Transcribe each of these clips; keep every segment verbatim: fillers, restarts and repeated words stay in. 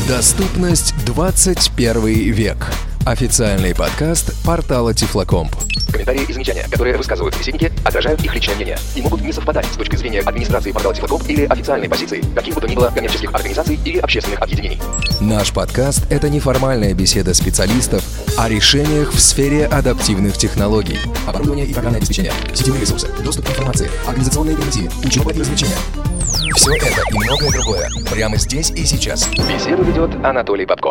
Доступность двадцать первый век. Официальный подкаст портала Тифлокомп. Комментарии и замечания, которые высказывают собеседники, отражают их личное мнение и могут не совпадать с точки зрения администрации портала Тифлокомп или официальной позиции каких бы то ни было коммерческих организаций или общественных объединений. Наш подкаст – это неформальная беседа специалистов о решениях в сфере адаптивных технологий. Оборудование и программное обеспечение, сетевые ресурсы, доступ к информации, организационные гарантии, учеба и развлечения. Все это и многое другое прямо здесь и сейчас. Беседу ведет Анатолий Бабко.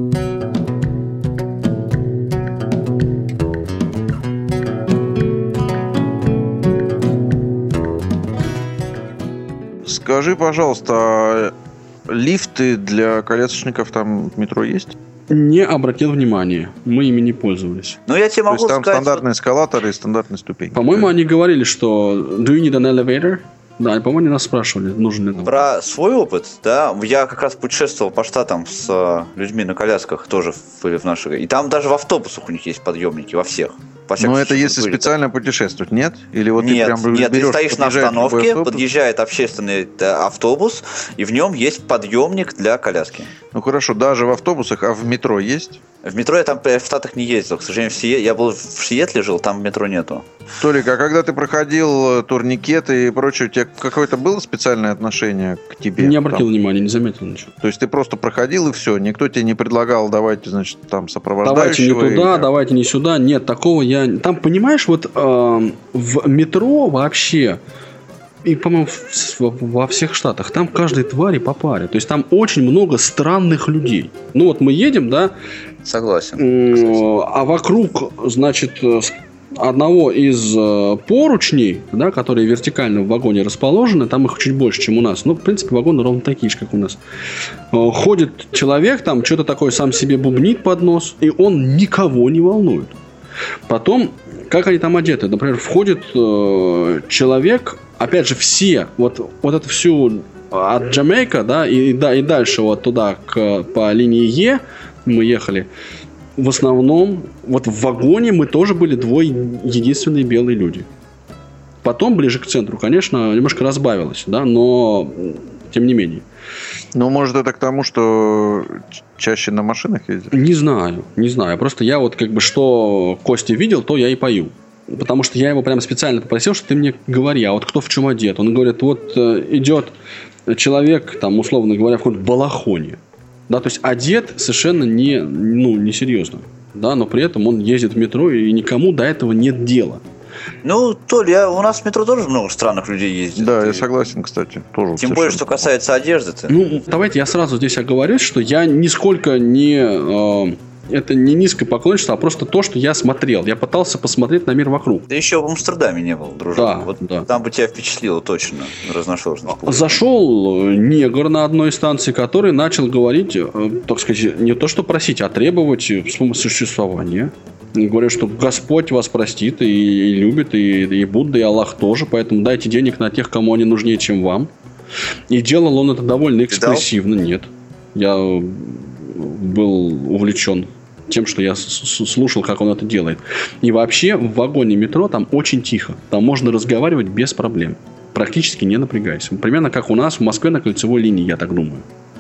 Скажи, пожалуйста, а лифты для колясочников там в метро есть? Не обратил внимания. Мы ими не пользовались. Ну, я тебе могу То есть там сказать... стандартные эскалаторы и стандартные ступеньки. По-моему, они говорили, что do you need an elevator? Да, по-моему, они нас спрашивали, нужен ли нам. Про свой опыт, да, я как раз путешествовал по штатам с э, людьми на колясках, тоже были в нашей... И там даже в автобусах у них есть подъемники, во всех. Но это если были, специально так. путешествовать, нет? Или вот нет, ты прям нет, берешь, ты стоишь на остановке, подъезжает общественный автобус, и в нем есть подъемник для коляски. Ну хорошо, даже в автобусах, а в метро есть? В метро я там в Штатах не ездил, к сожалению, в Сие... я был в Сиэтле жил, там метро нету. Толик, а когда ты проходил турникеты и прочее, у тебя какое-то было специальное отношение к тебе? Не обратил там? внимания, не заметил ничего. То есть ты просто проходил и все, никто тебе не предлагал, давайте, значит, там сопровождающего? Давайте не туда, или... давайте не сюда. Нет, такого я... Там, понимаешь, вот э, в метро вообще... И, по-моему, во всех штатах там каждой твари по паре. То есть там очень много странных людей. Ну вот мы едем, да. Согласен. А вокруг, значит, одного из поручней, да, которые вертикально в вагоне расположены, там их чуть больше, чем у нас. Ну, в принципе, вагоны ровно такие же, как у нас. Ходит человек, там что-то такое сам себе бубнит под нос, и он никого не волнует. Потом, как они там одеты? Например, входит э, человек, опять же, все, вот, вот это всю от Джамайка, да, и, да, и дальше вот туда, к, по линии Е мы ехали. В основном, вот в вагоне мы тоже были двое единственные белые люди. Потом, ближе к центру, конечно, немножко разбавилось, да, но тем не менее. Ну, может, это к тому, что чаще на машинах ездят? Не знаю, не знаю. Просто я вот как бы что Костя видел, то я и пою. Потому что я его прям специально попросил, что ты мне говори, а вот кто в чем одет. Он говорит, вот идет человек, там, условно говоря, в каком-то балахоне. Да, то есть одет совершенно не, ну, несерьезно. Да, но при этом он ездит в метро, и никому до этого нет дела. Ну, Толя, у нас в метро тоже много странных людей ездит. Да, и... я согласен, кстати. Тоже Тем более, что касается одежды. Ну, давайте я сразу здесь оговорюсь, что я нисколько не... Э, это не низкое поклонничество, а просто то, что я смотрел. Я пытался посмотреть на мир вокруг. Ты еще в Амстердаме не был, дружок. Да, вот да. Там бы тебя впечатлило точно разношерстность. Зашел негр на одной станции, который начал говорить, так сказать, не то что просить, а требовать существования. Говорят, что Господь вас простит и, и любит, и, и Будда, и Аллах тоже, поэтому дайте денег на тех, кому они нужнее, чем вам. И делал он это довольно экспрессивно. Нет. Я был увлечен тем, что я слушал, как он это делает. И вообще в вагоне метро там очень тихо. Там можно разговаривать без проблем. Практически не напрягаясь. Примерно как у нас в Москве на Кольцевой линии, я так думаю.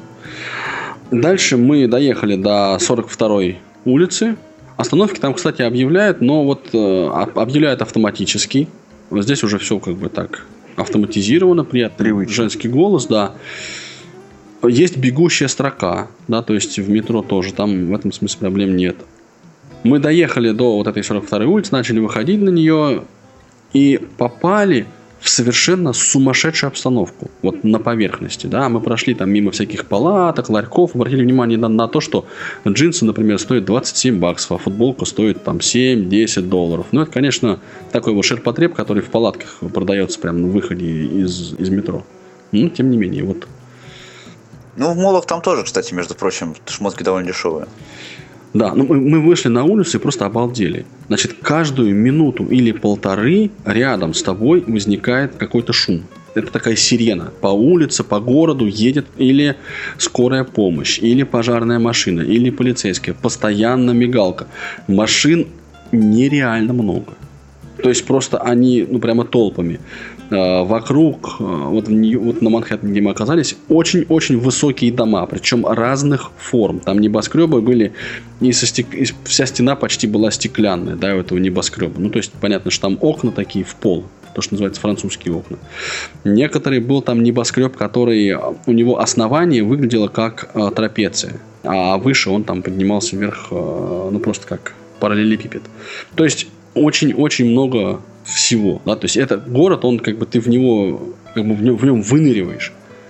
Дальше мы доехали до сорок второй улицы. Остановки там, кстати, объявляют, но вот э, объявляют автоматически. Вот здесь уже все как бы так автоматизировано, приятный Привычно. Женский голос, да. Есть бегущая строка, да, то есть в метро тоже, там в этом смысле проблем нет. Мы доехали до вот этой сорок второй улицы, начали выходить на нее и попали в совершенно сумасшедшую обстановку, вот на поверхности, да, мы прошли там мимо всяких палаток, ларьков, обратили внимание на, на то, что джинсы, например, стоят двадцать семь баксов, а футболка стоит там семь-десять долларов. Ну, это, конечно, такой вот ширпотреб, который в палатках продается прямо на выходе из, из метро. Ну, тем не менее, вот. Ну, в молах там тоже, кстати, между прочим, шмотки довольно дешевые. Да, ну мы, мы вышли на улицу и просто обалдели. Значит, каждую минуту или полторы рядом с тобой возникает какой-то шум. Это такая сирена. По улице, по городу едет или скорая помощь, или пожарная машина, или полицейская. Постоянно мигалка. Машин нереально много. То есть просто они, ну, прямо толпами. Вокруг, вот, в Нью- вот на Манхэттене, где мы оказались, очень-очень высокие дома, причем разных форм. Там небоскребы были, и, со стек... и вся стена почти была стеклянная, да, у этого небоскреба. Ну, то есть, понятно, что там окна такие в пол, то, что называется французские окна. Некоторые был там небоскреб, который у него основание выглядело как э, трапеция, а выше он там поднимался вверх, э, ну, просто как параллелепипед. То есть, очень-очень много всего, да, то есть это город, он как бы ты в него, как бы в нем, в нем выныриваешь.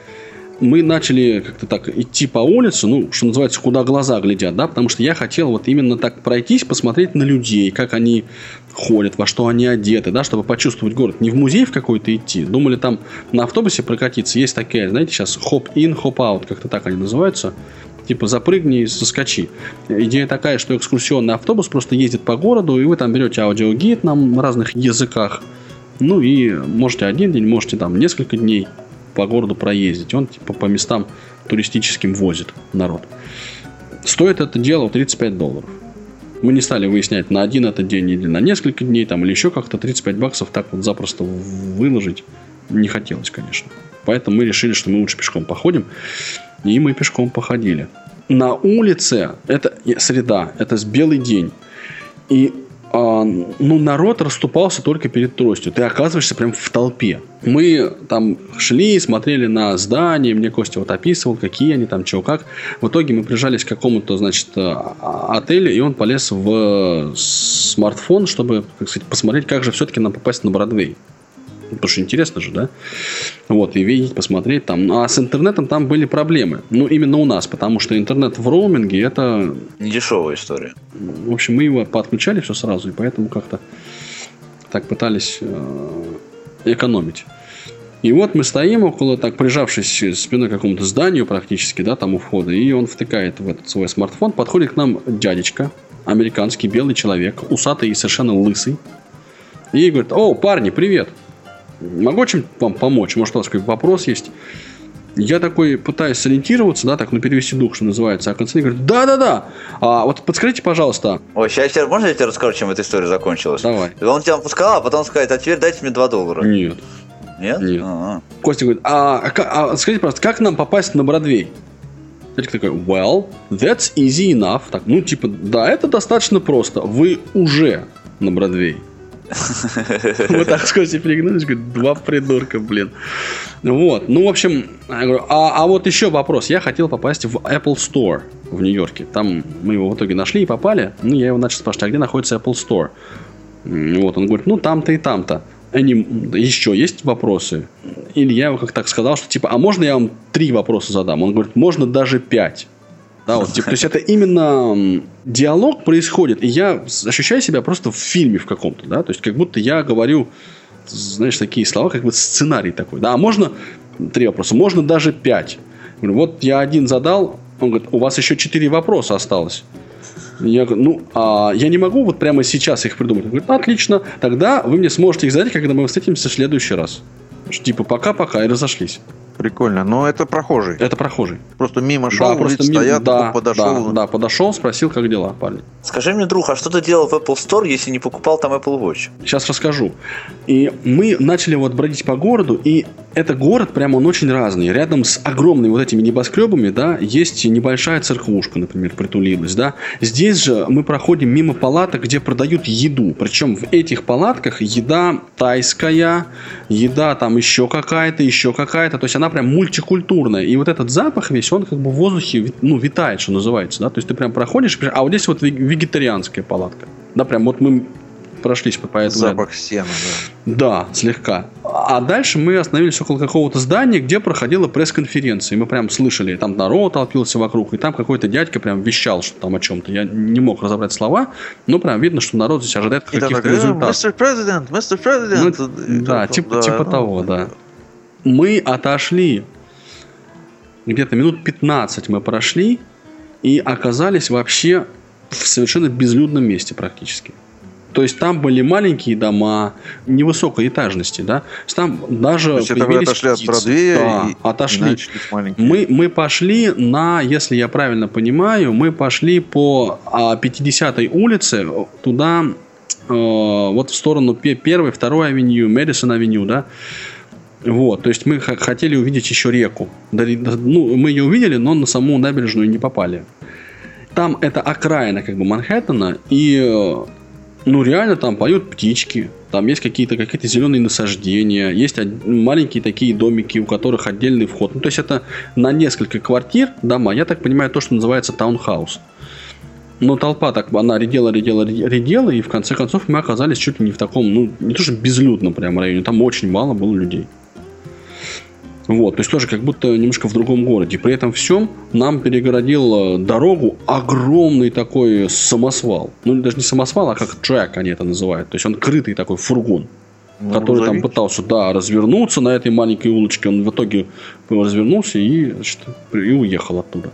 Мы начали как-то так идти по улице, ну, что называется, куда глаза глядят, да, потому что я хотел вот именно так пройтись, посмотреть на людей, как они ходят, во что они одеты, да, чтобы почувствовать город. Не в музей в какой-то идти, думали там на автобусе прокатиться, есть такая, знаете, сейчас хоп-ин, хоп-аут, как-то так они называются. Типа запрыгни и соскочи. Идея такая, что экскурсионный автобус просто ездит по городу, и вы там берете аудиогид на разных языках. Ну и можете один день, можете там несколько дней по городу проездить. Он типа по местам туристическим возит народ. Стоит это дело тридцать пять долларов. Мы не стали выяснять, на один этот день или на несколько дней, там, или еще как-то тридцать пять баксов так вот запросто выложить не хотелось, конечно. Поэтому мы решили, что мы лучше пешком походим. И мы пешком походили. На улице, это среда, это белый день. И а, ну, народ расступался только перед тростью. Ты оказываешься прям в толпе. Мы там шли, смотрели на здания. Мне Костя вот описывал, какие они там, чего как. В итоге мы прижались к какому-то, значит, отелю. И он полез в смартфон, чтобы, как сказать, посмотреть, как же все-таки нам попасть на Бродвей. Потому что интересно же, да? Вот, и видеть, посмотреть там. А с интернетом там были проблемы. Ну, именно у нас, потому что интернет в роуминге это... Недешевая история. В общем, мы его подключали все сразу, и поэтому как-то так пытались э, экономить. И вот мы стоим около, так прижавшись спиной к какому-то зданию практически, да, там у входа, и он втыкает в этот свой смартфон. Подходит к нам дядечка, американский белый человек, усатый и совершенно лысый. И говорит: о, парни, привет! Могу чем вам помочь? Может, у вас какой-то вопрос есть? Я такой пытаюсь сориентироваться, да, так, ну, перевести дух, что называется. А концерт говорит: да-да-да, а вот подскажите, пожалуйста. Ой, сейчас я, можно я тебе расскажу, чем эта история закончилась? Давай. Он тебя пускал, а потом скажет: а теперь дайте мне два доллара. Нет. Нет? Нет. А-а. Костя говорит: а, а, а скажите, пожалуйста, как нам попасть на Бродвей? Дядька такой: well, that's easy enough. Так, ну, типа, да, это достаточно просто. Вы уже на Бродвей. Вот так с Костей перегнулись, говорит: два придурка, блин. Вот, ну, в общем, я говорю, а, а вот еще вопрос. Я хотел попасть в Apple Store в Нью-Йорке. Там мы его в итоге нашли и попали. Ну, я его начал спрашивать: а где находится Apple Store? Вот, он говорит: ну, там-то и там-то. Они, еще есть вопросы? Или я как так сказал, что типа, а можно я вам три вопроса задам? Он говорит: можно даже пять. Да, вот, типа, то есть это именно диалог происходит, и я ощущаю себя просто в фильме в каком-то, да, то есть как будто я говорю, знаешь, такие слова, как бы сценарий такой, да, а можно три вопроса, можно даже пять. Я говорю: вот я один задал, он говорит: у вас еще четыре вопроса осталось. Я говорю: ну, а я не могу вот прямо сейчас их придумать. Он говорит: отлично, тогда вы мне сможете их задать, когда мы встретимся в следующий раз. Типа пока-пока, и разошлись. Прикольно, но это прохожий. Это прохожий. Просто мимо шел, да, просто мимо, стоят, да, подошел. Да, да, подошел, спросил, как дела, парни. Скажи мне, друг, а что ты делал в Apple Store, если не покупал там Apple Watch? Сейчас расскажу. И мы начали вот бродить по городу, и это город, прямо он очень разный. Рядом с огромными вот этими небоскребами, да, есть небольшая церквушка, например, притулилась, да. Здесь же мы проходим мимо палаток, где продают еду. Причем в этих палатках еда тайская, еда там еще какая-то, еще какая-то. То есть она прям мультикультурная. И вот этот запах весь, он как бы в воздухе, ну, витает, что называется, да. То есть ты прям проходишь, а вот здесь вот вегетарианская палатка. Да, прям вот мы прошлись по этому. Запах сена, да. Да, слегка. А дальше мы остановились около какого-то здания, где проходила пресс-конференция. И мы прям слышали, там народ толпился вокруг, и там какой-то дядька прям вещал, что там о чем-то. Я не мог разобрать слова, но прям видно, что народ здесь ожидает каких-то такой: результатов. мистер Президент, мистер Президент. Ну, да, типа, да, типа ну, того, да. Мы отошли где-то минут пятнадцать мы прошли и оказались вообще в совершенно безлюдном месте практически. То есть там были маленькие дома невысокой этажности, да. Там даже то есть это вы отошли птицы. От Бродвея да, и, отошли. И мы, мы пошли на, если я правильно понимаю, мы пошли по пятидесятой улице туда, вот в сторону первой, второй авеню, Мэдисон авеню, да. Вот, то есть мы х- хотели увидеть еще реку. Да, ну, мы ее увидели, но на саму набережную не попали. Там это окраина как бы Манхэттена, и ну реально там поют птички, там есть какие-то, какие-то зеленые насаждения, есть маленькие такие домики, у которых отдельный вход. Ну, то есть это на несколько квартир дома, я так понимаю, то, что называется таунхаус. Но толпа так, она редела, редела, редела, и в конце концов мы оказались чуть ли не в таком, ну, не то что безлюдном прям районе, там очень мало было людей. Вот, то есть тоже как будто немножко в другом городе. При этом всем нам перегородил дорогу огромный такой самосвал. Ну, даже не самосвал, а как трек они это называют. То есть он крытый такой фургон, ну, который там пытался, да, развернуться на этой маленькой улочке. Он в итоге развернулся и, значит, и уехал оттуда.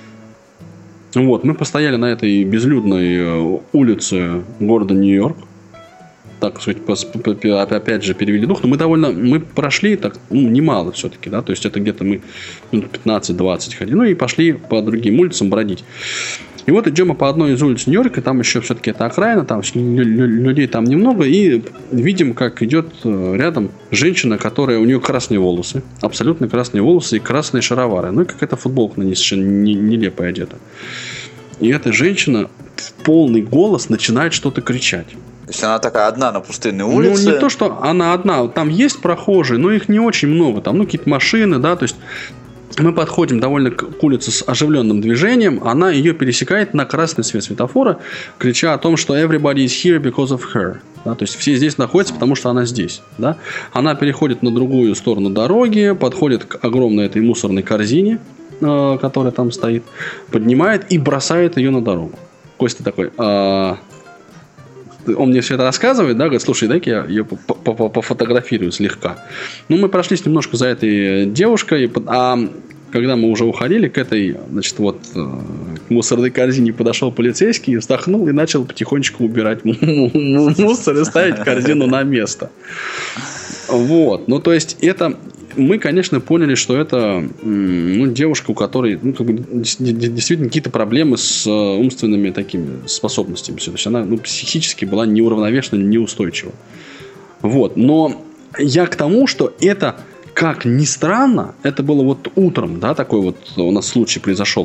Вот, мы постояли на этой безлюдной улице города Нью-Йорк. Так сказать, опять же, перевели дух. Но мы довольно, мы прошли так, ну, немало все-таки, да, то есть это где-то мы минут пятнадцать-двадцать ходили, ну и пошли по другим улицам бродить. И вот идем мы по одной из улиц Нью-Йорка, там еще все-таки это окраина, там людей там немного, и видим, как идет рядом женщина, которая, у нее красные волосы, абсолютно красные волосы и красные шаровары, ну и какая-то футболка на ней совершенно нелепая одета. И эта женщина в полный голос начинает что-то кричать. То есть она такая одна на пустынной улице? Ну, не то, что она одна. Там есть прохожие, но их не очень много. Там, ну, какие-то машины, да, то есть мы подходим довольно к улице с оживленным движением. Она ее пересекает на красный свет светофора, крича о том, что everybody is here because of her. Да, то есть все здесь находятся, потому что она здесь. Да? Она переходит на другую сторону дороги, подходит к огромной этой мусорной корзине, э, которая там стоит, поднимает и бросает ее на дорогу. Костя такой... Э, Он мне все это рассказывает, да, говорит, слушай, дай-ка я ее пофотографирую слегка. Ну, мы прошлись немножко за этой девушкой, а когда мы уже уходили к этой, значит, вот, к мусорной корзине подошел полицейский, вздохнул и начал потихонечку убирать мусор и ставить корзину на место. Вот, ну, то есть, это... Мы, конечно, поняли, что это ну, девушка, у которой ну, как бы, действительно какие-то проблемы с умственными такими способностями. То есть она ну, психически была неуравновешена, неустойчива. Вот. Но я к тому, что это, как ни странно, это было вот утром, да, такой вот у нас случай произошел.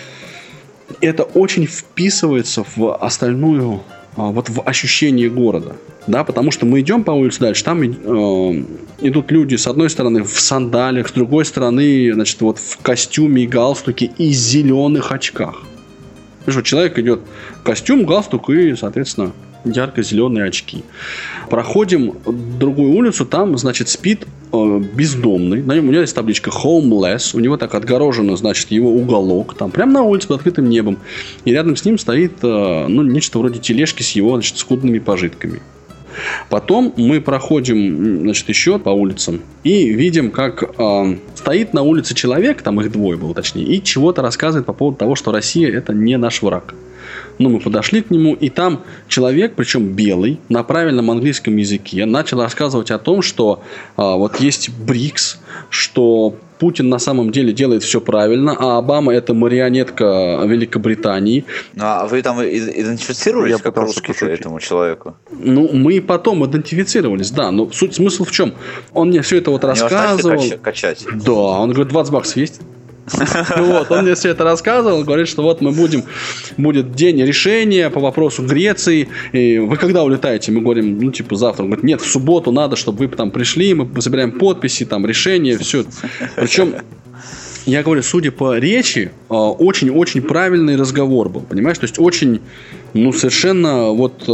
Это очень вписывается в остальную, вот в ощущение города. Да, потому что мы идем по улице дальше, там э, идут люди, с одной стороны, в сандалиях, с другой стороны, значит, вот в костюме и галстуке и зеленых очках. Что человек идет костюм, галстук и, соответственно, ярко-зеленые очки. Проходим другую улицу, там, значит, спит э, бездомный. На нем у него есть табличка homeless, у него так отгорожено, значит, его уголок, там, прямо на улице под открытым небом. И рядом с ним стоит, э, ну, нечто вроде тележки с его, значит, скудными пожитками. Потом мы проходим, значит, еще по улицам и видим, как э, стоит на улице человек, там их двое было точнее, и чего-то рассказывает по поводу того, что Россия это не наш враг. Ну, мы подошли к нему, и там человек, причем белый, на правильном английском языке, начал рассказывать о том, что э, вот есть БРИКС, что Путин на самом деле делает все правильно, а Обама это марионетка Великобритании. Ну, а вы там идентифицировались Я как русский этому человеку? Ну, мы и потом идентифицировались, да. Но суть, смысл в чем? Он мне все это вот рассказывал. Не качать? Да, он говорит, двадцать баксов есть. Вот, он мне все это рассказывал, говорит, что вот мы будем, будет день решения по вопросу Греции, и вы когда улетаете? Мы говорим, ну, типа, завтра. Он говорит, нет, в субботу надо, чтобы вы там пришли, мы собираем подписи, там, решения, все. Причем, я говорю, судя по речи, очень-очень правильный разговор был, понимаешь? То есть, очень, ну, совершенно вот...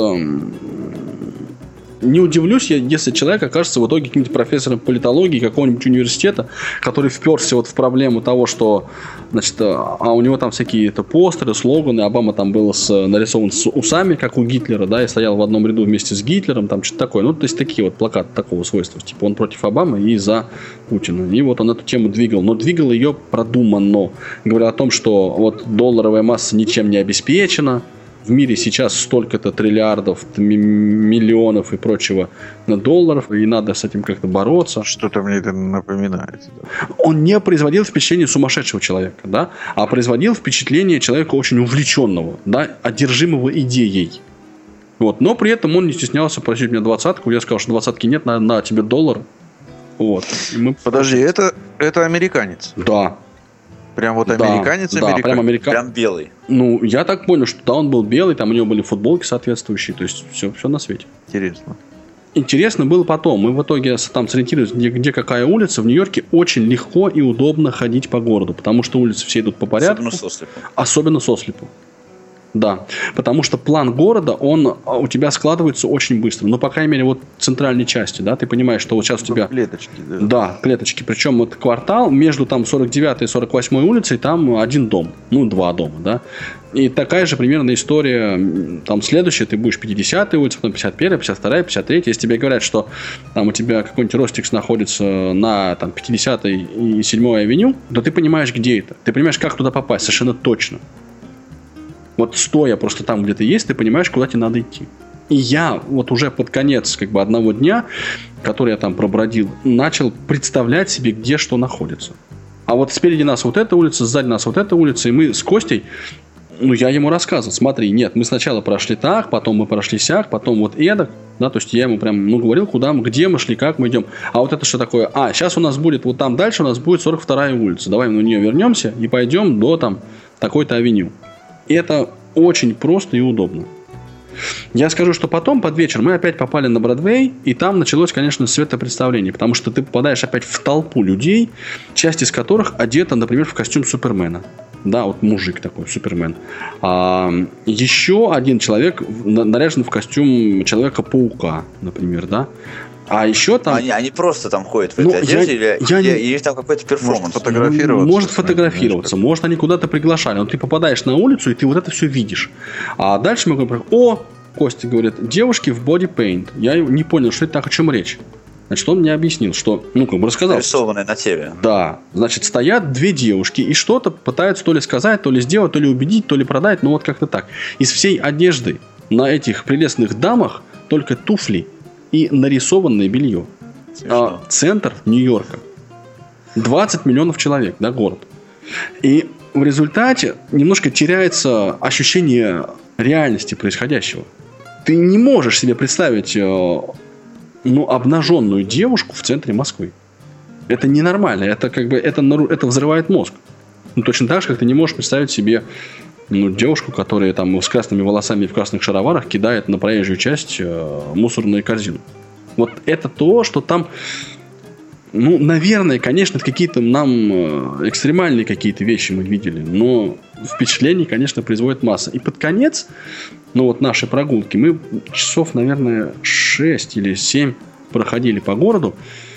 Не удивлюсь, если человек окажется в итоге каким-то профессором политологии какого-нибудь университета, который вперся вот в проблему того, что, значит, а у него там всякие это постеры, слоганы, Обама там был с, нарисован с усами, как у Гитлера, да, и стоял в одном ряду вместе с Гитлером, там что-то такое. Ну, то есть такие вот плакаты такого свойства, типа он против Обамы и за Путина. И вот он эту тему двигал, но двигал ее продуманно, говоря о том, что вот долларовая масса ничем не обеспечена. В мире сейчас столько-то триллиардов, миллионов и прочего долларов, и надо с этим как-то бороться. Что-то мне это напоминает. Он не производил впечатление сумасшедшего человека, да, а производил впечатление человека очень увлеченного, да, одержимого идеей. Вот. Но при этом он не стеснялся просить мне двадцатку. Я сказал, что двадцатки нет, на, на тебе доллар. Вот. И мы... Подожди, это, это американец? Да. Прям вот да, американец, да, американец? Прям, америка... прям белый. Ну, я так понял, что да, он был белый, там у него были футболки соответствующие, то есть все, все на свете. Интересно. Интересно было потом. Мы в итоге там сориентировались, где, где какая улица. В Нью-Йорке очень легко и удобно ходить по городу, потому что улицы все идут по порядку. Особенно сослепу. Особенно сослепу. Да, потому что план города, он у тебя складывается очень быстро. Ну, по крайней мере, вот в центральной части, да, ты понимаешь, что вот сейчас у тебя... Клеточки, да. Да, клеточки. Причем вот квартал между там сорок девятой и сорок восьмой улицей, там один дом, ну, два дома, да. И такая же примерно история, там следующая, ты будешь пятидесятая улица, потом пятьдесят первая, пятьдесят вторая, пятьдесят третья. Если тебе говорят, что там у тебя какой-нибудь Ростикс находится на там, пятидесятой и седьмой авеню, то ты понимаешь, где это. Ты понимаешь, как туда попасть, совершенно точно. Вот стоя просто там, где ты есть, ты понимаешь, куда тебе надо идти. И я вот уже под конец как бы одного дня, который я там пробродил, начал представлять себе, где что находится. А вот спереди нас вот эта улица, сзади нас вот эта улица, и мы с Костей, ну, я ему рассказывал, смотри, нет, мы сначала прошли так, потом мы прошли сяк, потом вот эдак, да, то есть я ему прям, ну, говорил, куда мы, где мы шли, как мы идем. А вот это что такое? А, сейчас у нас будет, вот там дальше у нас будет сорок вторая улица, давай мы на нее вернемся и пойдем до там такой-то авеню. И это очень просто и удобно. Я скажу, что потом, под вечер, мы опять попали на Бродвей, и там началось, конечно, светопредставление, потому что ты попадаешь опять в толпу людей, часть из которых одета, например, в костюм Супермена. Да, вот мужик такой, Супермен. А еще один человек наряжен в костюм Человека-паука, например, да. А еще там... Они, они просто там ходят в ну, этой одежде, я, или, я или, не... или там какой-то перформанс? Может фотографироваться. Может фотографироваться, может они куда-то приглашали. Но ты попадаешь на улицу, и ты вот это все видишь. А дальше мы говорим, о, Костя говорит, девушки в бодипейнт. Я не понял, что это так, о чем речь. Значит, он мне объяснил, что, ну, как бы рассказал. Нарисованное на теле. Да. Значит, стоят две девушки и что-то пытаются то ли сказать, то ли сделать, то ли убедить, то ли продать, ну, вот как-то так. Из всей одежды на этих прелестных дамах только туфли и нарисованное белье. А, центр Нью-Йорка. двадцать миллионов человек, да, город. И в результате немножко теряется ощущение реальности происходящего. Ты не можешь себе представить, ну, обнаженную девушку в центре Москвы. Это ненормально. Это как бы это, это взрывает мозг. Ну, точно так же, как ты не можешь представить себе, ну, девушку, которая там с красными волосами и в красных шароварах кидает на проезжую часть э, мусорную корзину. Вот это то, что там, ну, наверное, конечно, какие-то нам э, экстремальные какие-то вещи мы видели, но впечатлений, конечно, производит масса. И под конец, ну, вот нашей прогулки, мы часов, наверное, шесть или семь проходили по городу.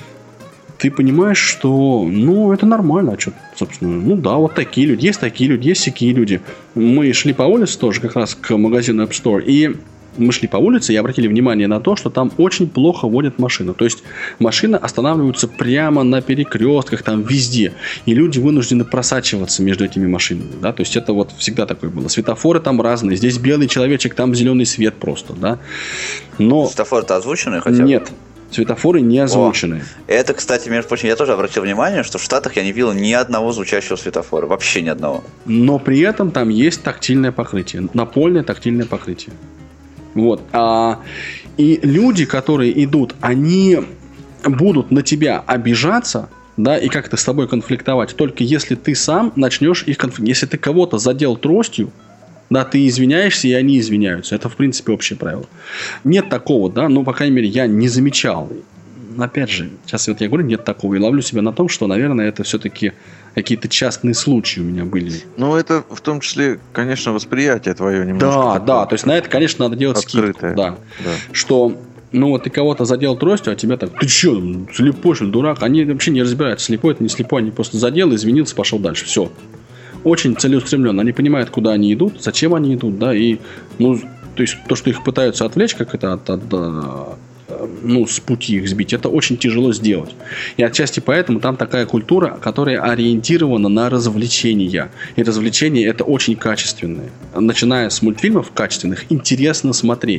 Ты понимаешь, что, ну, это нормально, а что, собственно, ну да, вот такие люди, есть такие люди, есть такие люди. Мы шли по улице тоже как раз к магазину App Store, и мы шли по улице и обратили внимание на то, что там очень плохо водят машины. То есть машины останавливаются прямо на перекрестках, там везде, и люди вынуждены просачиваться между этими машинами, да, то есть это вот всегда такое было. Светофоры там разные, здесь белый человечек, там зеленый свет просто, да. Но... Светофоры-то озвученные хотя бы? Нет. Светофоры не озвучены. О, это, кстати, между прочим, я тоже обратил внимание, что в Штатах я не видел ни одного звучащего светофора. Вообще ни одного. Но при этом там есть тактильное покрытие. Напольное тактильное покрытие. Вот. А, и люди, которые идут, они будут на тебя обижаться, да, и как-то с тобой конфликтовать, только если ты сам начнешь их конфликтовать. Если ты кого-то задел тростью, да, ты извиняешься, и они извиняются. Это, в принципе, общее правило. Нет такого, да, ну, по крайней мере, я не замечал. Опять же, сейчас вот я говорю, нет такого. И ловлю себя на том, что, наверное, это все-таки какие-то частные случаи у меня были. Ну, это в том числе, конечно, восприятие твое немножко. Да, такое, да, то есть на это, конечно, надо делать открытое. скидку. Да. Да. Что, ну, вот ты кого-то задел тростью, а тебя так, ты что, слепой, что ли, дурак? Они вообще не разбираются, слепой это не слепой, они просто задел, извинился, пошел дальше. Все. Очень целеустремленно. Они понимают, куда они идут, зачем они идут, да, и, ну, то есть то, что их пытаются отвлечь, как это от, от, ну, с пути их сбить, это очень тяжело сделать. И отчасти поэтому там такая культура, которая ориентирована на развлечения. И развлечения это очень качественные. Начиная с мультфильмов качественных, интересно смотреть.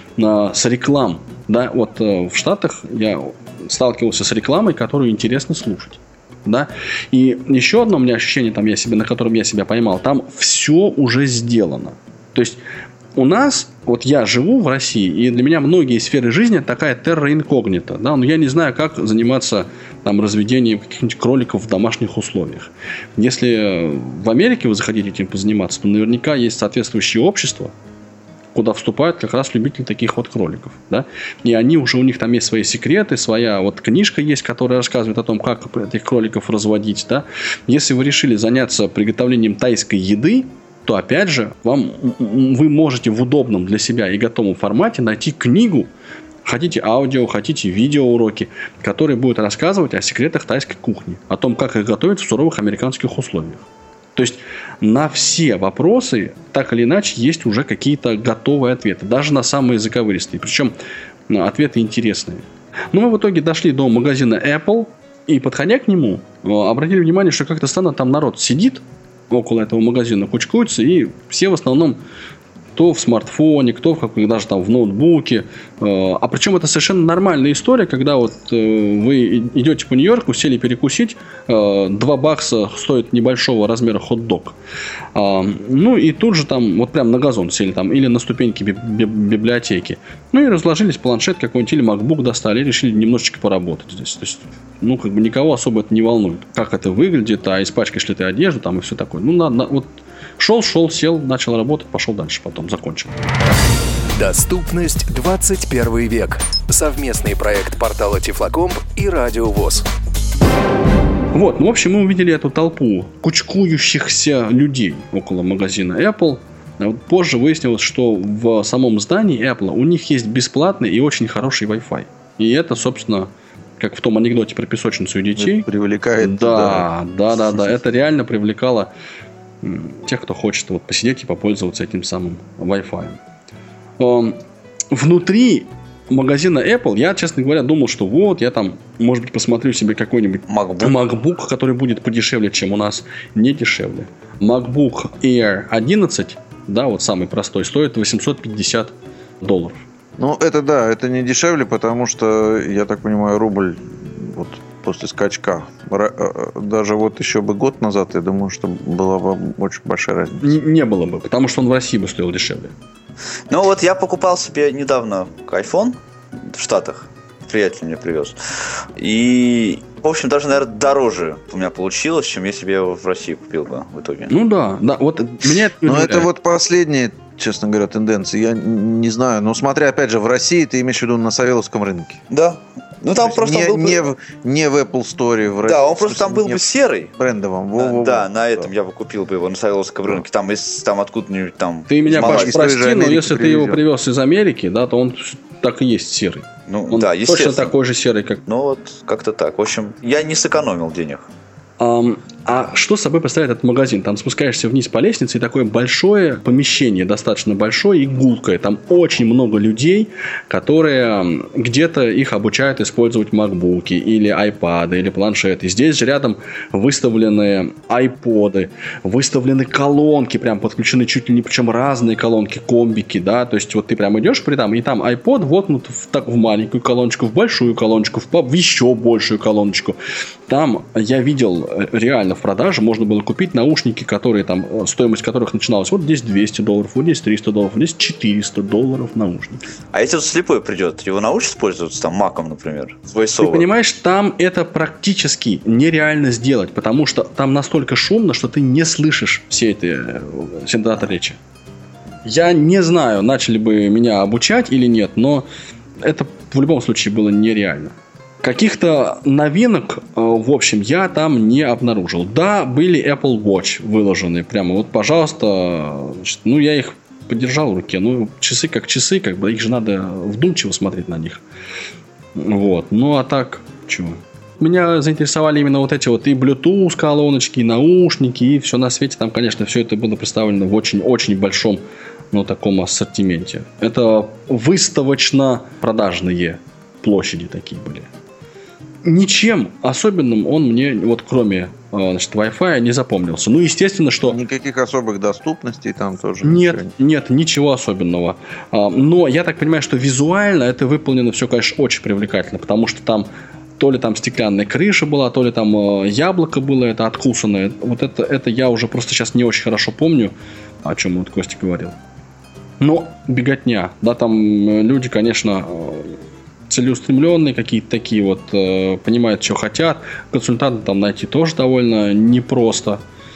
С реклам. Да, вот в Штатах я сталкивался с рекламой, которую интересно слушать. Да? И еще одно у меня ощущение, там, я себе, на котором я себя поймал, там все уже сделано. То есть у нас, вот я живу в России, и для меня многие сферы жизни такая терра инкогнита. Да? Но я не знаю, как заниматься там, разведением каких-нибудь кроликов в домашних условиях. Если в Америке вы захотите этим позаниматься, то наверняка есть соответствующее общество, куда вступают как раз любители таких вот кроликов. Да? И они уже, у них там есть свои секреты, своя вот книжка есть, которая рассказывает о том, как этих кроликов разводить. Да? Если вы решили заняться приготовлением тайской еды, то опять же, вам, вы можете в удобном для себя и готовом формате найти книгу, хотите аудио, хотите видеоуроки, которые будут рассказывать о секретах тайской кухни, о том, как их готовят в суровых американских условиях. То есть на все вопросы, так или иначе, есть уже какие-то готовые ответы, даже на самые заковыристые, причем ответы интересные. Но мы в итоге дошли до магазина Apple, и, подходя к нему, обратили внимание, что как-то странно там народ сидит около этого магазина, кучкуются, и все в основном кто в смартфоне, кто в какой, даже там в ноутбуке. А причем это совершенно нормальная история, когда вот вы идете по Нью-Йорку, сели перекусить, два бакса стоит небольшого размера хот-дог. Ну и тут же там вот прям на газон сели там или на ступеньки библиотеки. Ну и разложились, планшет какой-нибудь или MacBook достали и решили немножечко поработать здесь. То есть, ну как бы никого особо это не волнует, как это выглядит, а испачкаешь ли ты одежду там и все такое. Ну надо вот. Шел, шел, сел, начал работать, пошел дальше, потом закончил. Доступность двадцать первый век. Совместный проект портала Тифлокомп и Радио ВОС. Вот, ну, в общем, мы увидели эту толпу кучкующихся людей около магазина Apple. А вот позже выяснилось, что в самом здании Apple у них есть бесплатный и очень хороший Wi-Fi. И это, собственно, как в том анекдоте про песочницу и детей. Это привлекает. Да, да, да, да. Это реально привлекало тех, кто хочет вот посидеть и попользоваться этим самым Wi-Fi. Внутри магазина Apple я, честно говоря, думал, что вот, я там, может быть, посмотрю себе какой-нибудь MacBook, MacBook который будет подешевле, чем у нас. Не дешевле. MacBook Air одиннадцать, да, вот самый простой, стоит восемьсот пятьдесят долларов. Ну, это да, это не дешевле, потому что, я так понимаю, рубль вот после скачка. Даже вот еще бы год назад, я думаю, что была бы очень большая разница. Не, не было бы, потому что он в России бы стоил дешевле. Ну вот я покупал себе недавно iPhone в Штатах. Приятель мне привез. И, в общем, даже, наверное, дороже у меня получилось, чем если бы я его в России купил бы в итоге. Ну да, да, вот меня это Но это вот последние, честно говоря, тенденции. Я не знаю, но смотря, опять же, в России, ты имеешь в виду на Савеловском рынке. Да. Ну там просто не, был бы... не, в, не в Apple Store. В да, он просто там был бы серый. Брендовым. Во, да, во, да, во. на этом я бы купил бы его на Савеловском рынке. Там, из, там откуда-нибудь там... Ты меня, Паш, прости, но если привезет. ты его привез из Америки, да, то он так и есть серый. Ну, он да, точно такой же серый, как... Ну вот, как-то так. В общем, я не сэкономил денег. Um, а что собой представляет этот магазин? Там спускаешься вниз по лестнице, и такое большое помещение, достаточно большое и гулкое. Там очень много людей, которые где-то их обучают использовать макбуки или айпады, или планшеты. Здесь же рядом выставлены айподы, выставлены колонки, прям подключены чуть ли не, причем разные колонки, комбики, да, то есть вот ты прям идешь при там, и там айпод воткнут в, так, в маленькую колоночку, в большую колоночку, в, в еще большую колоночку. Там я видел реально в продаже можно было купить наушники, которые там, стоимость которых начиналась вот здесь двести долларов, вот здесь триста долларов, вот здесь четыреста долларов наушники. А если вот слепой придет, его научат пользоваться там маком, например, с voice-over? Ты понимаешь, там это практически нереально сделать, потому что там настолько шумно, что ты не слышишь все эти синтезаторы речи. Я не знаю, начали бы меня обучать или нет, но это в любом случае было нереально. Каких-то новинок, в общем, я там не обнаружил. Да, были Apple Watch выложены. Прямо вот, пожалуйста. Значит, ну, я их подержал в руке. Ну, часы как часы, как бы их же надо вдумчиво смотреть на них. Вот. Ну, а так, чего? Меня заинтересовали именно вот эти вот и Bluetooth колоночки, и наушники, и все на свете. Там, конечно, все это было представлено в очень-очень большом, ну, таком ассортименте. Это выставочно-продажные площади такие были. Ничем особенным он мне, вот кроме значит, Wi-Fi, не запомнился. Ну, естественно, что... Никаких особых доступностей там тоже? Нет, ничего. нет, ничего особенного. Но я так понимаю, что визуально это выполнено все, конечно, очень привлекательно, потому что там то ли там стеклянная крыша была, то ли там яблоко было, это откусанное. Вот это, это я уже просто сейчас не очень хорошо помню, о чем вот Костя говорил. Но беготня, да, там люди, конечно, целеустремленные, какие-то такие вот, понимают, что хотят. Консультанта там найти тоже довольно непросто.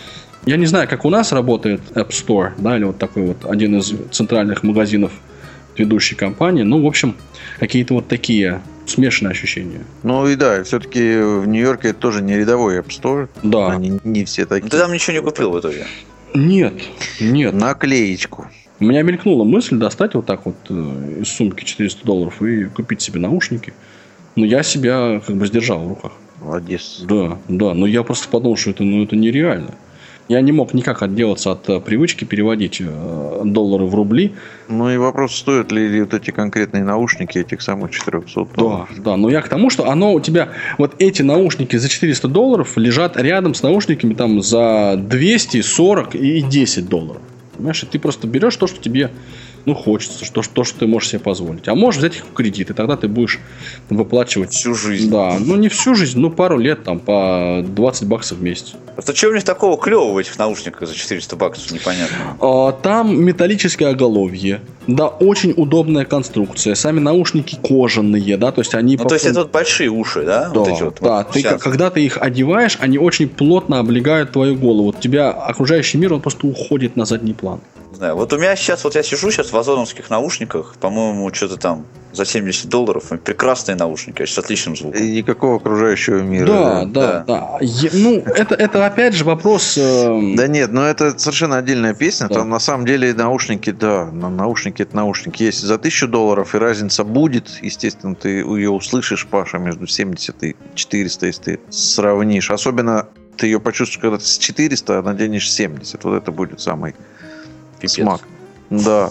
Я не знаю, как у нас работает App Store, да, или вот такой вот один из центральных магазинов ведущей компании. Ну, в общем, какие-то вот такие смешанные ощущения. Ну и да, все-таки в Нью-Йорке это тоже не рядовой App Store. Да. Они не все такие. Но ты там ничего не купил в итоге? Нет, нет. Наклеечку. У меня мелькнула мысль достать вот так вот из сумки четыреста долларов и купить себе наушники. Но я себя как бы сдержал в руках. Молодец. Да, да. Но я просто подумал, что это, ну, это нереально. Я не мог никак отделаться от привычки переводить доллары в рубли. Ну и вопрос, стоят ли вот эти конкретные наушники этих самых четыреста долларов. Да, да, но я к тому, что оно у тебя, вот эти наушники за четыреста долларов лежат рядом с наушниками там за двести сорок и десять долларов. Понимаешь, и ты просто берешь то, что тебе, ну, хочется, то, то, что ты можешь себе позволить. А можешь взять их в кредит, и тогда ты будешь выплачивать всю жизнь. Да, ну не всю жизнь, ну пару лет, там, по двадцать баксов в месяц. Это что у них такого клевого в этих наушниках за четыреста баксов, непонятно. А, там металлическое оголовье, да, очень удобная конструкция. Сами наушники кожаные, да, то есть они... Ну, по то есть фон... это вот большие уши, да? Да, вот эти вот, да. вот Ты, сейчас. когда ты их одеваешь, они очень плотно облегают твою голову. У тебя окружающий мир, он просто уходит на задний план. Не знаю, вот у меня сейчас, вот я сижу сейчас в озоновских наушниках, по-моему, что-то там за семьдесят долларов, прекрасные наушники, с отличным звуком. И никакого окружающего мира. Да, да, да. да. Я, ну, это, это опять же вопрос... Э... Да нет, но это совершенно отдельная песня. Да. Там на самом деле наушники, да, наушники это наушники. Если за тысячу долларов и разница будет, естественно, ты ее услышишь, Паша, между семьдесят и четыреста, если ты сравнишь. Особенно ты ее почувствуешь, когда ты с четыреста наденешь семьдесят. Вот это будет самый Пипец. Смак. Да,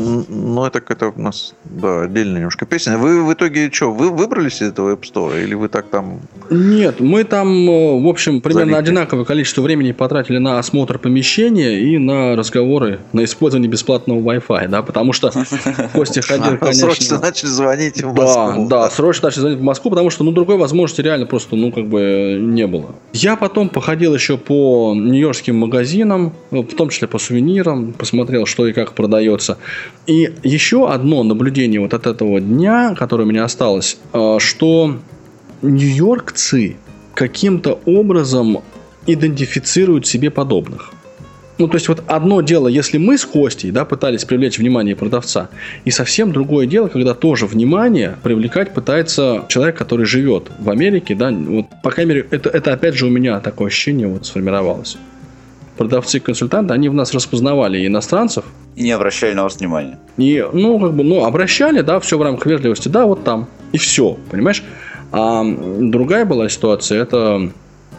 но это какая-то у нас, да, отдельная немножко песня. Вы в итоге что, вы выбрались из этого App Store или вы так там... Нет, мы там, в общем, примерно Залипли. одинаковое количество времени потратили на осмотр помещения и на разговоры, на использование бесплатного Wi-Fi, да, потому что Костя ходил, конечно... Срочно начали звонить в Да, Москву. да, срочно начали звонить в Москву, потому что, ну, другой возможности реально просто, ну, как бы не было. Я потом походил еще по нью-йоркским магазинам, в том числе по сувенирам, посмотрел, что и как продается. И еще одно наблюдение вот от этого дня, которое у меня осталось, что нью-йоркцы каким-то образом идентифицируют себе подобных. Ну, то есть, вот одно дело, если мы с Костей, да, пытались привлечь внимание продавца, и совсем другое дело, когда тоже внимание привлекать пытается человек, который живет в Америке, да, вот, по крайней мере, это, это опять же у меня такое ощущение вот сформировалось. Продавцы-консультанты, они в нас распознавали иностранцев. И не обращали на вас внимания. И, ну, как бы, ну, обращали, да, все в рамках вежливости, да, вот там. И все, понимаешь? А другая была ситуация, это,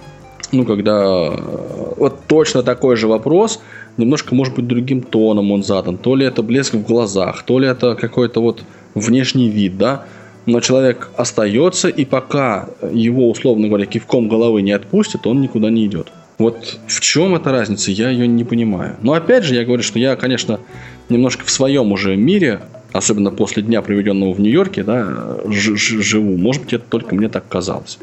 ну, когда вот точно такой же вопрос, немножко, может быть, другим тоном он задан. То ли это блеск в глазах, то ли это какой-то вот внешний вид, да. Но человек остается, и пока его, условно говоря, кивком головы не отпустят, он никуда не идет. Вот в чем эта разница, я ее не понимаю. Но опять же, я говорю, что я, конечно, немножко в своем уже мире, особенно после дня, проведенного в Нью-Йорке, да, ж- ж- живу. Может быть, это только мне так казалось.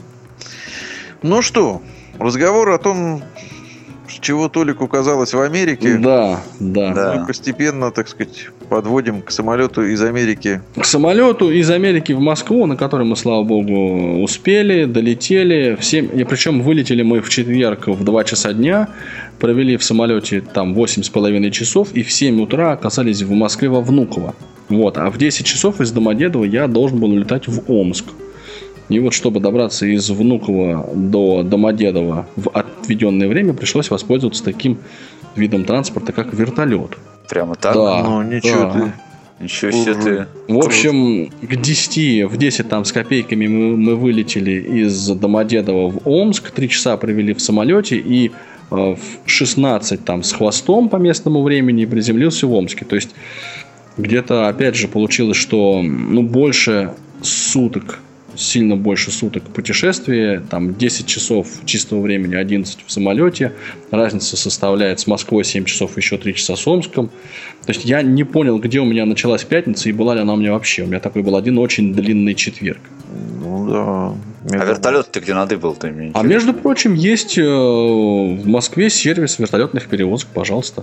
Ну что, разговор о том, чего Толику казалось в Америке. Да, да. Да. Мы постепенно, так сказать, подводим к самолету из Америки. К самолету из Америки в Москву, на который мы, слава богу, успели, долетели. В семь... И причем вылетели мы в четверг в два часа дня, провели в самолете там восемь с половиной часов, и в семь утра оказались в Москве во Внуково. Вот. А в десять часов из Домодедова я должен был улетать в Омск. И вот, чтобы добраться из Внуково до Домодедова в отведенное время, пришлось воспользоваться таким видом транспорта, как вертолет. Прямо так? Да. Ну, ничего да. ты. Ничего себе ты. В общем, к десяти, в десять там с копейками мы, мы вылетели из Домодедова в Омск, три часа провели в самолете и э, в шестнадцать там с хвостом по местному времени приземлился в Омске. То есть где-то, опять же, получилось, что ну, больше суток, сильно больше суток путешествия, там десять часов чистого времени, одиннадцать в самолете, разница составляет с Москвой семь часов, еще три часа с Омском. То есть я не понял, где у меня началась пятница и была ли она у меня вообще. У меня такой был один очень длинный четверг. Ну да. А вертолет ты где надыбал? Ты А между прочим, есть в Москве сервис вертолетных перевозок, пожалуйста.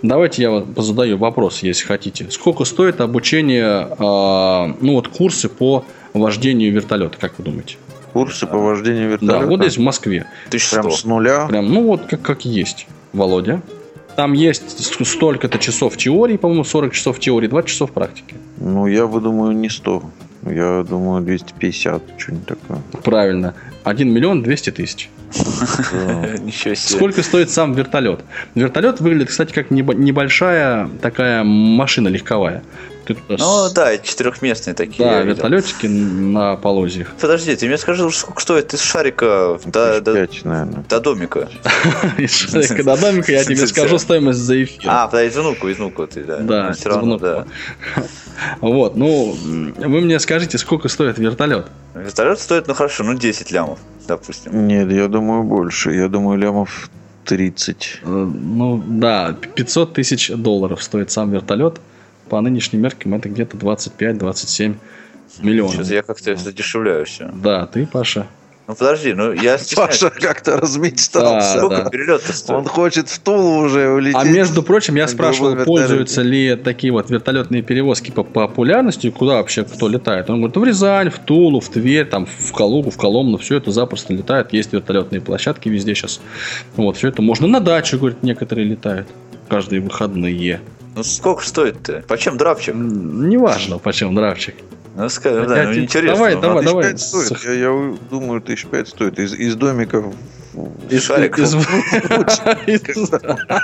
Давайте я вот задаю вопрос, если хотите. Сколько стоит обучение, э, ну вот курсы по вождению вертолета, как вы думаете? Курсы по вождению вертолета? Да, вот здесь в Москве. Прям с нуля? Прям, ну вот как, как есть, Володя. Там есть столько-то часов теории, по-моему, сорок часов теории, двадцать часов практики. Ну, я бы думаю, не сто. Я думаю, двести пятьдесят, что-нибудь такое. Правильно. один миллион двести тысяч. Ничего себе. Сколько стоит сам вертолет? Вертолет выглядит, кстати, как небольшая такая машина легковая. Ну да, четырехместные такие. Да, вертолетики на полозьях. Подожди, ты мне скажи, сколько стоит из шарика до, до, до домика? Из шарика до домика я тебе скажу стоимость за эфир. А, да, из внуку, из внуку ты, да. Да, из внука. Вот, ну, вы мне скажите, сколько стоит вертолет? Вертолет стоит, ну хорошо, ну десять лямов, допустим. Нет, я думаю, больше. Я думаю, лямов тридцать. Ну, да, пятьсот тысяч долларов стоит сам вертолет. По нынешним меркам это где-то двадцать пять - двадцать семь миллионов. Сейчас я как-то задешевляю все. Да, ты, Паша. Ну подожди, ну я стесняюсь. Паша как-то размечтался. Да, сколько да. перелет-то стоит? Он хочет в Тулу уже улететь. А между прочим, я спрашивал, вертолет. пользуются ли такие вот вертолетные перевозки по популярности, куда вообще кто летает. Он говорит, в Рязань, в Тулу, в Тверь, там, в Калугу, в Коломну, все это запросто летает. Есть вертолетные площадки везде сейчас. Вот, все это можно на дачу, говорит, некоторые летают. Каждые выходные. Ну сколько стоит-то? Почем драпчик? Неважно, почем драпчик. Ну скажем, да, Я ну тебе- интересно. давай, ну, давай, Тысяч давай. пять стоит. Я, я думаю, тысяч пять стоит. Из, из домиков. Из шариков. Из, из-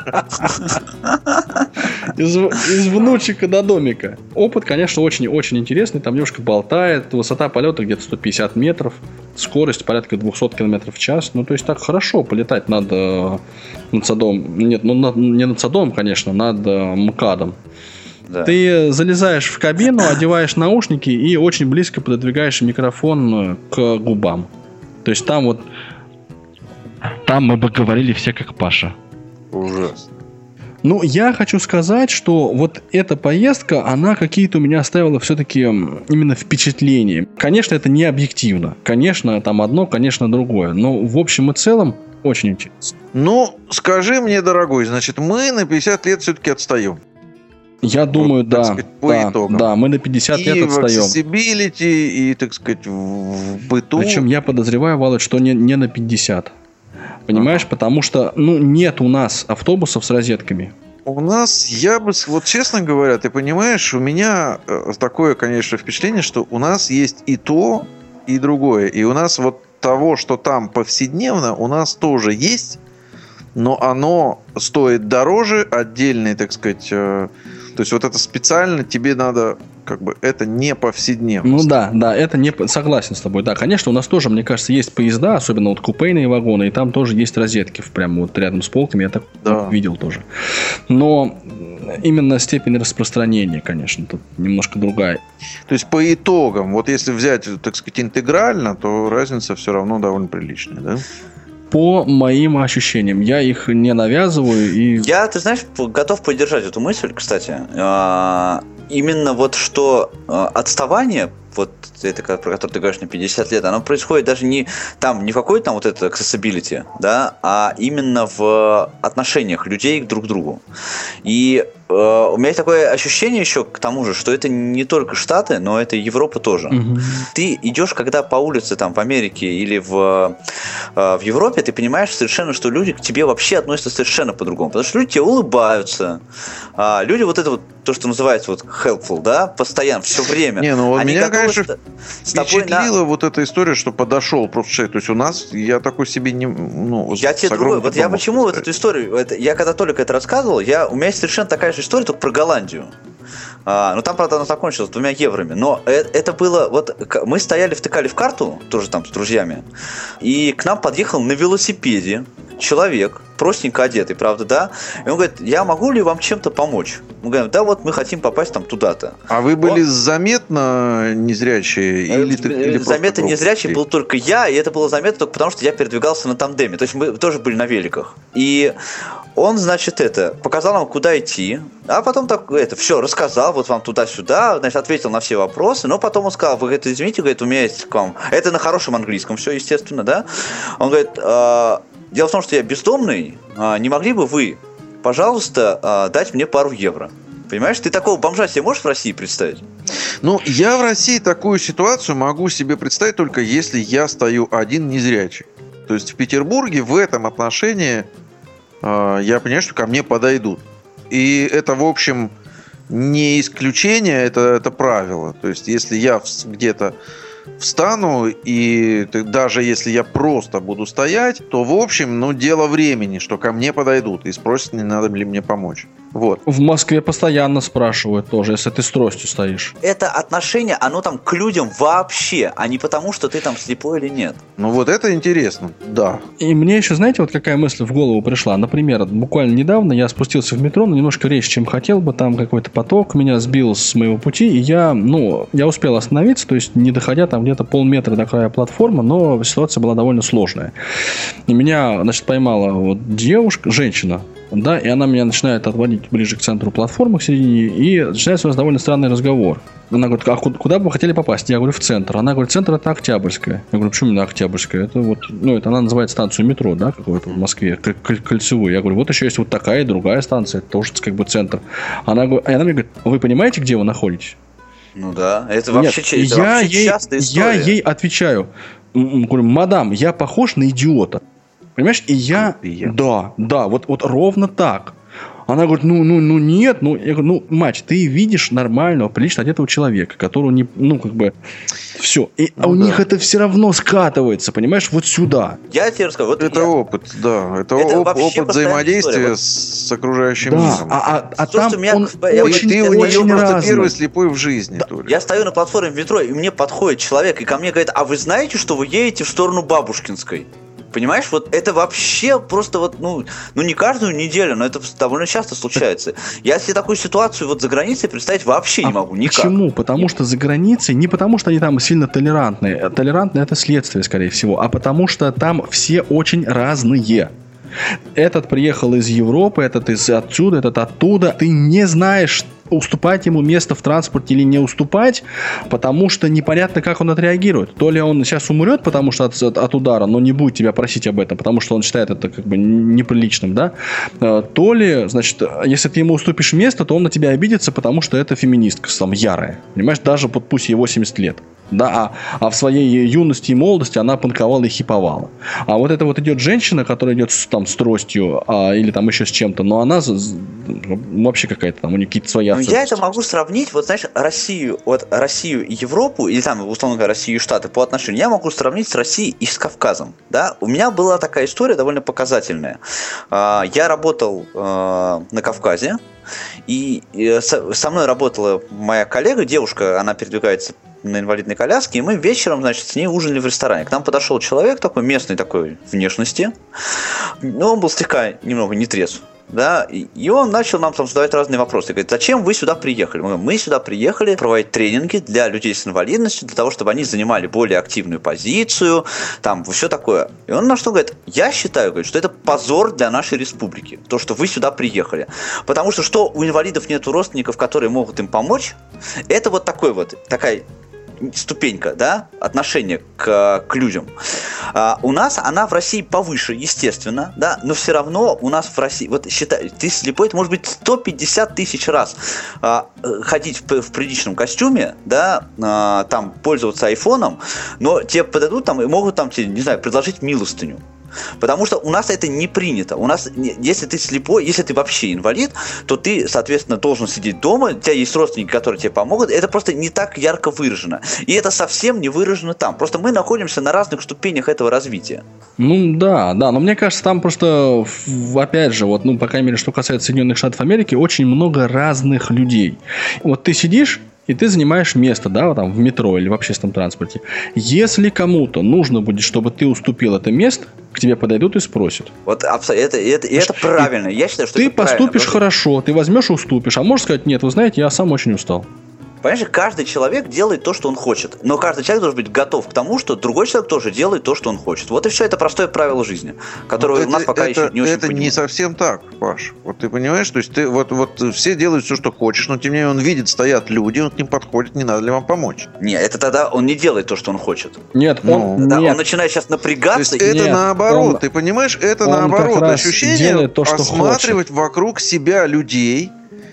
из- из внучика до домика. Опыт, конечно, очень-очень интересный. Там девушка болтает. Высота полета где-то сто пятьдесят метров. Скорость порядка двести километров в час. Ну, то есть так хорошо полетать над, э, над Содом. Нет, ну над- не над Содом, конечно, над э, МКАДом. Да. Ты залезаешь в кабину, одеваешь наушники и очень близко пододвигаешь микрофон к губам. То есть там вот... Там мы бы говорили все как Паша. Ужасно. Ну, я хочу сказать, что вот эта поездка, она какие-то у меня оставила все-таки именно впечатления. Конечно, это не объективно. Конечно, там одно, конечно, другое. Но в общем и целом очень интересно. Ну, скажи мне, дорогой, значит, мы на пятьдесят лет все-таки отстаем. Я думаю, так да, сказать, по да, итогам. да, мы на пятьдесят лет И в отстаем. accessibility, и, так сказать, в, в быту. Причем я подозреваю, Володь, что не, не на пятьдесят. Понимаешь, Ага. потому что, ну, нет у нас автобусов с розетками. У нас, я бы, с- вот честно говоря, ты понимаешь, у меня э, такое, конечно, впечатление, что у нас есть и то, и другое. И у нас вот того, что там повседневно, у нас тоже есть, но оно стоит дороже, отдельный, так сказать, э, то есть вот это специально тебе надо, как бы, это не повседневность. Ну да, да, это не п- согласен с тобой. Да, конечно, у нас тоже, мне кажется, есть поезда, особенно вот купейные вагоны, и там тоже есть розетки прямо вот рядом с полками, я так Да. видел тоже. Но именно степень распространения, конечно, тут немножко другая. То есть по итогам, вот если взять, так сказать, интегрально, то разница все равно довольно приличная, да? По моим ощущениям, я их не навязываю и... Я, ты знаешь, п- готов поддержать эту мысль, кстати. А, Именно вот что а, отставание, вот это, про которое ты говоришь, на пятьдесят лет, оно происходит даже не там, не в какой-то там вот это accessibility, да, а именно в отношениях людей друг к другу. И э, у меня есть такое ощущение еще к тому же, что это не только Штаты, но это Европа тоже. Мгм. Ты идешь, когда по улице там в Америке или в, э, в Европе, ты понимаешь совершенно, что люди к тебе вообще относятся совершенно по-другому. Потому что люди тебе улыбаются. А люди вот это вот, то, что называется вот helpful, да, постоянно, все время. Не, ну вот Они меня, готовы конечно, с- с тобой на- впечатлила вот эта история, что подошел просто человек. То есть у нас, я такой себе не... Ну, Я с тебе другой. огромным Вот я трудом почему вот представить. эту историю. Это, я когда только это рассказывал, я, у меня есть совершенно такая же история, только про Голландию. А, ну там, правда, она закончилась двумя евроми. Но это, это было. Вот к- мы стояли, втыкали в карту, тоже там с друзьями, и к нам подъехал на велосипеде человек, простенько одетый, правда, да. И он говорит, я могу ли вам чем-то помочь? Мы говорим, да, вот мы хотим попасть там туда-то. А вы были Он- заметно незрячие? Или, ты- или просто Заметно громко? незрячий был только я, и это было заметно только потому, что я передвигался на тандеме. То есть мы тоже были на великах. И он, значит, это, показал нам, куда идти, а потом так, это, все, рассказал, вот вам туда-сюда, значит, ответил на все вопросы, но потом он сказал, вы, говорит, извините, говорит, у меня есть к вам, это на хорошем английском, все, естественно, да. Он говорит, «А, дело в том, что я бездомный, а, не могли бы вы пожалуйста, дать мне пару евро. Понимаешь, ты такого бомжа себе можешь в России представить? Ну, я в России такую ситуацию могу себе представить только если я стою один незрячий. То есть в Петербурге в этом отношении э, я понимаю, что ко мне подойдут. И это, в общем, не исключение, это, это правило. То есть если я где-то встану, и даже если я просто буду стоять, то, в общем, ну, дело времени, что ко мне подойдут и спросят, не надо ли мне помочь. Вот. В Москве постоянно спрашивают тоже, если ты с тростью стоишь. Это отношение, оно там к людям вообще, а не потому, что ты там слепой или нет. Ну вот это интересно, да. И мне еще, знаете, вот какая мысль в голову пришла. Например, буквально недавно я спустился в метро, но немножко резче, чем хотел бы. Там какой-то поток меня сбил с моего пути, и я, ну, я успел остановиться, то есть не доходя там где-то полметра до края платформы, но ситуация была довольно сложная. И меня, значит, поймала вот девушка, женщина, да, и она меня начинает отводить ближе к центру платформы, к середине, и начинается у нас довольно странный разговор. Она говорит, а куда бы вы хотели попасть? Я говорю, в центр. Она говорит, центр это Октябрьская. Я говорю, почему именно Октябрьская? Это вот, ну, это она называет станцию метро, да, какую-то в Москве, кольцевую. Я говорю, вот еще есть вот такая и другая станция, это тоже как бы центр. Она, и она мне говорит, вы понимаете, где вы находитесь? Ну да, это вообще, Нет, это я вообще ей, частая история. Я ей отвечаю, говорю, мадам, я похож на идиота. Понимаешь, и я, да, да, вот, вот ровно так. Она говорит, ну, ну, ну нет, ну, я говорю, ну, мать, ты видишь нормального, прилично одетого человека, которого не, ну, как бы, все. И ну, а у да. них это все равно скатывается, понимаешь, вот сюда. Я тебе расскажу. Вот это я... опыт, да, это, это оп- опыт взаимодействия вот. с окружающим да. миром. А, а, а там меня, он я очень, ты очень, очень просто разный. первый слепой в жизни. Да. Я стою на платформе в метро, и мне подходит человек, и ко мне говорит, а вы знаете, что вы едете в сторону Бабушкинской? Понимаешь, вот это вообще просто вот, ну, ну не каждую неделю, но это довольно часто случается. Я себе такую ситуацию вот за границей представить вообще а не могу, никак. Почему? Потому Нет. что за границей, не потому что они там сильно толерантные, толерантные это следствие, скорее всего, а потому что там все очень разные. Этот приехал из Европы, этот из отсюда, этот оттуда. Ты не знаешь, уступать ему место в транспорте или не уступать, потому что непонятно, как он отреагирует. То ли он сейчас умрет, потому что от, от, от удара, но не будет тебя просить об этом, потому что он считает это как бы неприличным, да? То ли, значит, если ты ему уступишь место, то он на тебя обидится, потому что это феминистка там ярая. Понимаешь, даже под пусть ей восемьдесят лет. Да, а, а в своей юности и молодости она панковала и хиповала. А вот это вот идет женщина, которая идет с, там, с тростью а, или там еще с чем-то, но она вообще какая-то там, у нее какие-то свои ассоциации. Я это могу сравнить, вот знаешь, Россию, вот Россию и Европу, или там, условно говоря, Россию и Штаты по отношению, я могу сравнить с Россией и с Кавказом. Да? У меня была такая история довольно показательная. Я работал на Кавказе, и со мной работала моя коллега, девушка, она передвигается на инвалидной коляске, и мы вечером, значит, с ней ужинали в ресторане. К нам подошел человек такой, местной такой внешности, но он был слегка немного нетрезв. Да, и он начал нам там задавать разные вопросы. Говорит, зачем вы сюда приехали? Мы говорим, мы сюда приехали проводить тренинги для людей с инвалидностью, для того, чтобы они занимали более активную позицию, там, все такое. И он на что говорит, я считаю, говорит, что это позор для нашей республики, то, что вы сюда приехали. Потому что, что у инвалидов нету родственников, которые могут им помочь, это вот такой вот, такая ступенька, да, отношение к, к людям. А, у нас она в России повыше, естественно, да, но все равно у нас в России, вот считай, ты слепой, это может быть сто пятьдесят тысяч раз а, ходить в, в приличном костюме, да, а, там пользоваться айфоном, но тебе подойдут там и могут там тебе, не знаю, предложить милостыню. Потому что у нас это не принято. У нас, если ты слепой, если ты вообще инвалид, то ты, соответственно, должен сидеть дома, у тебя есть родственники, которые тебе помогут. Это просто не так ярко выражено. И это совсем не выражено там. Просто мы находимся на разных ступенях этого развития. Ну да, да, но мне кажется, там просто, опять же, вот, ну, по крайней мере, что касается Соединенных Штатов Америки, очень много разных людей. Вот ты сидишь, и ты занимаешь место, да, вот там в метро или в общественном транспорте. Если кому-то нужно будет, чтобы ты уступил это место, к тебе подойдут и спросят. Вот это, это, это, это правильно. Я считаю, что ты это поступишь правильно. Хорошо, ты возьмешь и уступишь. А можешь сказать, нет, вы знаете, я сам очень устал. Понимаешь, каждый человек делает то, что он хочет. Но каждый человек должен быть готов к тому, что другой человек тоже делает то, что он хочет. Вот и все. Это простое правило жизни, которое вот у нас это, пока это, еще не очень Это понимают. не совсем так, Паш. Вот ты понимаешь, то есть ты вот, вот все делают все, что хочешь, но тем не менее он видит, стоят люди, он к ним подходит, не надо ли вам помочь? Нет, это тогда он не делает то, что он хочет. Нет, Ну, он, Тогда нет. он начинает сейчас напрягаться. То есть и... это Нет, наоборот, он- ты понимаешь, это он наоборот как раз ощущение делает то, что осматривать вокруг себя людей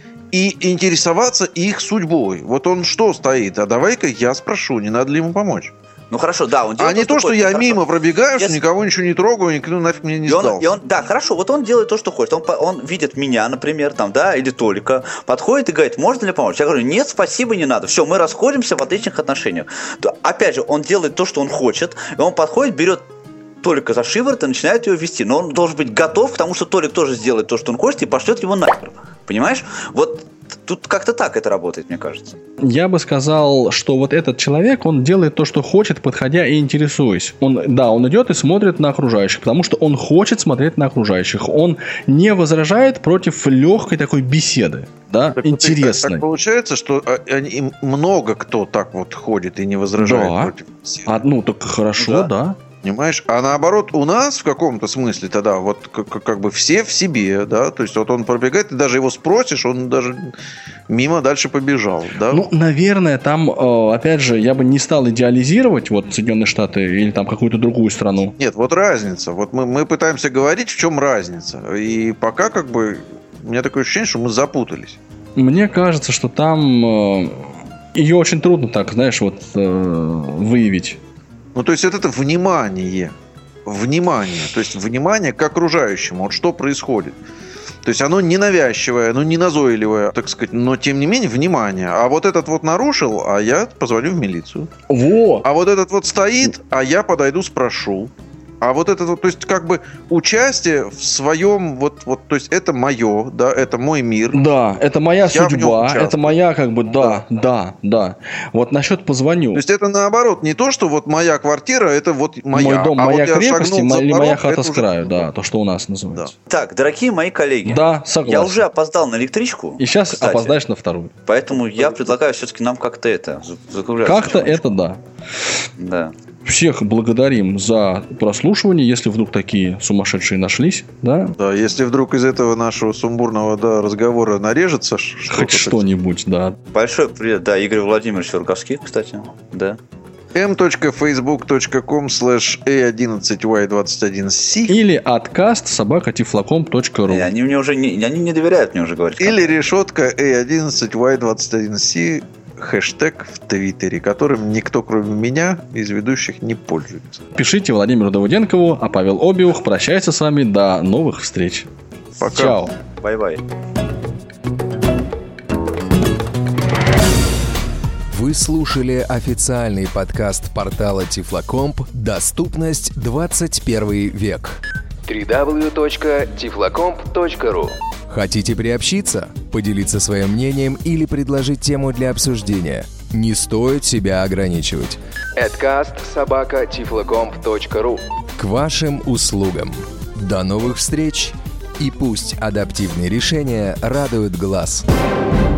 и интересоваться их судьбой. Вот он что стоит? А давай-ка я спрошу, не надо ли ему помочь? Ну хорошо, да, он А делает не то, что хочет, я хорошо. мимо пробегаю, что Если- никого ничего не трогаю, никто нафиг мне не И он, сдался. и он, да, хорошо, вот он делает то, что хочет. Он, по- он видит меня, например, там, да, или Толика, подходит и говорит, можно ли помочь? Я говорю, нет, спасибо, не надо. Все, мы расходимся в отличных отношениях. То, опять же, он делает то, что он хочет, и он подходит, берет Толика за шиворот и начинает его вести. Но он должен быть готов к тому, что Толик тоже сделает то, что он хочет, и пошлет его нахер. Понимаешь? Вот тут как-то так это работает, мне кажется. Я бы сказал, что вот этот человек, он делает то, что хочет, подходя и интересуясь. Он, да, он идет и смотрит на окружающих, потому что он хочет смотреть на окружающих. Он не возражает против легкой такой беседы, да, Так вот, интересной. Так, так получается, что а, они- много кто так вот ходит и не возражает Да. против беседы. А, ну, так хорошо, Да. да. Понимаешь? А наоборот, у нас в каком-то смысле тогда вот как, как- как бы все в себе, да, то есть вот он пробегает, ты даже его спросишь, он даже мимо дальше побежал, да. Ну, наверное, там, э, опять же, я бы не стал идеализировать вот Соединенные Штаты или там какую-то другую страну. Нет, вот разница. Вот мы, мы пытаемся говорить, в чем разница. И пока как бы у меня такое ощущение, что мы запутались. Мне кажется, что там э, ее очень трудно так, знаешь, вот э, выявить. Ну, то есть, это, это внимание. Внимание. То есть, внимание к окружающему. Вот что происходит. То есть, оно не навязчивое, оно не назойливое, так сказать, но, тем не менее, внимание. А вот этот вот нарушил, а я позвоню в милицию. Во! А вот этот вот стоит, а я подойду, спрошу. А вот это вот, то есть, как бы участие в своем, вот, вот, то есть, это мое, да, это мой мир. Да, это моя Я в нем судьба, участвую. это моя как бы, да, да, да. Вот насчет позвоню. То есть это наоборот, не то, что вот моя квартира, это вот моя. Мой дом, а моя вот я крепость шагнул за или порог, моя хата это с уже краю, другое. да, то, что у нас называется. Так, дорогие мои коллеги, Да, согласен. я уже опоздал на электричку. И сейчас кстати, опоздаешь на вторую. Поэтому я предлагаю все-таки нам как-то это за- закругляться. Как-то потихонечку. это да. Да. Всех благодарим за прослушивание, если вдруг такие сумасшедшие нашлись, да, Да, если вдруг из этого нашего сумбурного да, разговора нарежется ш- что-то, хоть что-нибудь, да. Большой привет, да, Игорь Владимирович Роговских, кстати, да. эм точка фейсбук точка ком слэш эй одиннадцать вай двадцать один си Или откаст собака тифлоком точка ру. И они мне уже не, они не доверяют мне уже говорить. или решетка эй одиннадцать вай двадцать один си хэштег в Твиттере, которым никто, кроме меня, из ведущих не пользуется. Пишите Владимиру Давыденкову, а Павел Обиух прощается с вами до новых встреч. Пока. Чао. Бай-бай. Вы слушали официальный подкаст портала Тифлокомп «Доступность двадцать первый век». дабл ю дабл ю дабл ю точка тифлокомп точка ру. Хотите приобщиться, поделиться своим мнением или предложить тему для обсуждения? Не стоит себя ограничивать. Эдкаст собака тифлокомп точка ру. К вашим услугам. До новых встреч и пусть адаптивные решения радуют глаз.